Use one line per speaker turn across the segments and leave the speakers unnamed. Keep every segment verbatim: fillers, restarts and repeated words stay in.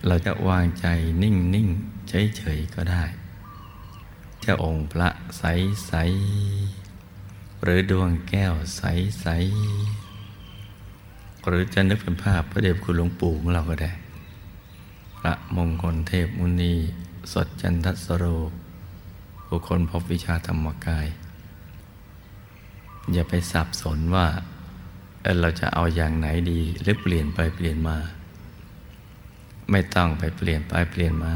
เราจะวางใจนิ่งๆเฉยๆก็ได้จะองค์พระใสๆหรือดวงแก้วใสๆหรือจะนึกเป็นภาพพระเดชคุณหลวงปู่ของเราก็ได้พระมงคลเทพมุนีสดจันทสโรบุคคลพบวิชาธรรมกายอย่าไปสับสนว่าเออเราจะเอาอย่างไหนดีหรือเปลี่ยนไปเปลี่ยนมาไม่ต้องไปเปลี่ยนไปเปลี่ยนมา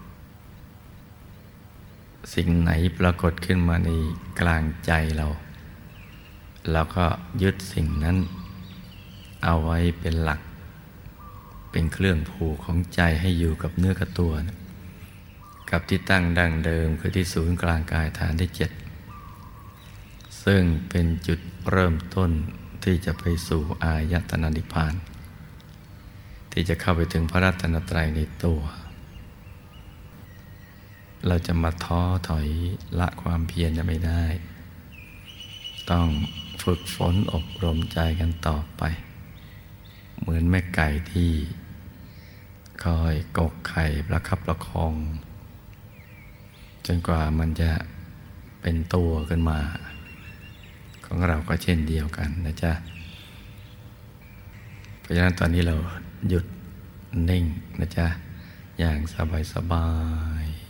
สิ่งไหนปรากฏขึ้นมาในกลางใจเราเราก็ยึดสิ่งนั้นเอาไว้เป็นหลักเป็นเครื่องผูกของใจให้อยู่กับเนื้อกับตัวนะกับที่ตั้งดั้งเดิมคือที่ศูนย์กลางกายฐานที่เจ็ดซึ่งเป็นจุดเริ่มต้นที่จะไปสู่อายตนะนิพพานที่จะเข้าไปถึงพระรัตนตรัยในตัวเราจะมาท้อถอยละความเพียรจะไม่ได้ต้องฝึกฝนอบรมใจกันต่อไปเหมือนแม่ไก่ที่คอยกกไข่ประคับประคองจนกว่ามันจะเป็นตัวขึ้นมาของเราก็เช่นเดียวกันนะจ๊ะเพราะฉะนั้นตอนนี้เราหยุดนิ่งนะจ๊ะอย่างสบายสบาย